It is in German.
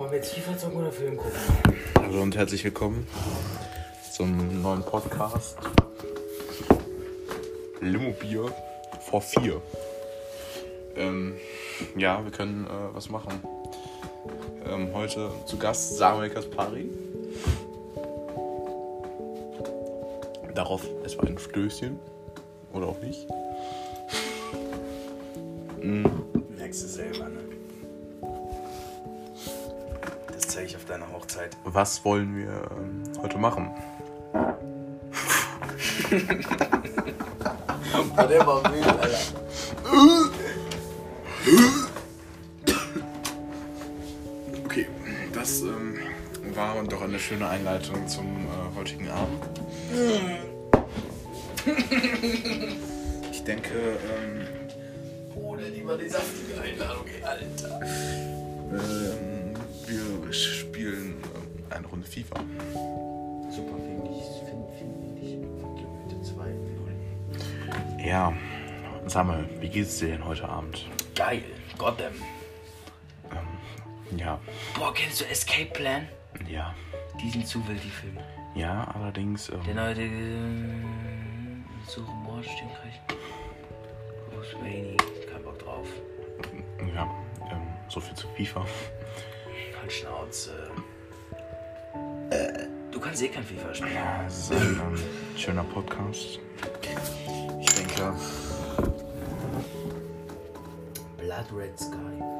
Wollen wir jetzt FIFA zocken oder Film gucken? Hallo und herzlich willkommen zum neuen Podcast Limo-Bier vor 4. Ja, wir können was machen. Heute zu Gast Samuel Kaspari. Darauf erstmal ein Stößchen. Oder auch nicht. Merkst du selber, ne? Das zeige ich auf deiner Hochzeit. Was wollen wir heute machen? Oh, der war wild, Alter. Okay, das war doch eine schöne Einleitung zum heutigen Abend. Ich denke, Oder lieber die saftige Einladung, ey, Alter. wir spielen eine Runde FIFA. Super, finde ich. Kilometer 2-0. Ja, Samuel, wie geht's dir denn heute Abend? Geil, goddamn. Ja, Boah, kennst du Escape Plan? ja, Die sind zu wild, die Filme. ja, allerdings, Der neue Suche Mordstimmreich. Bruce Wayne, kein Bock drauf. ja, so viel zu FIFA. Halt Schnauze. Du kannst kein FIFA spielen. Ja, es ist ein schöner Podcast. Ich denke, Blood Red Sky.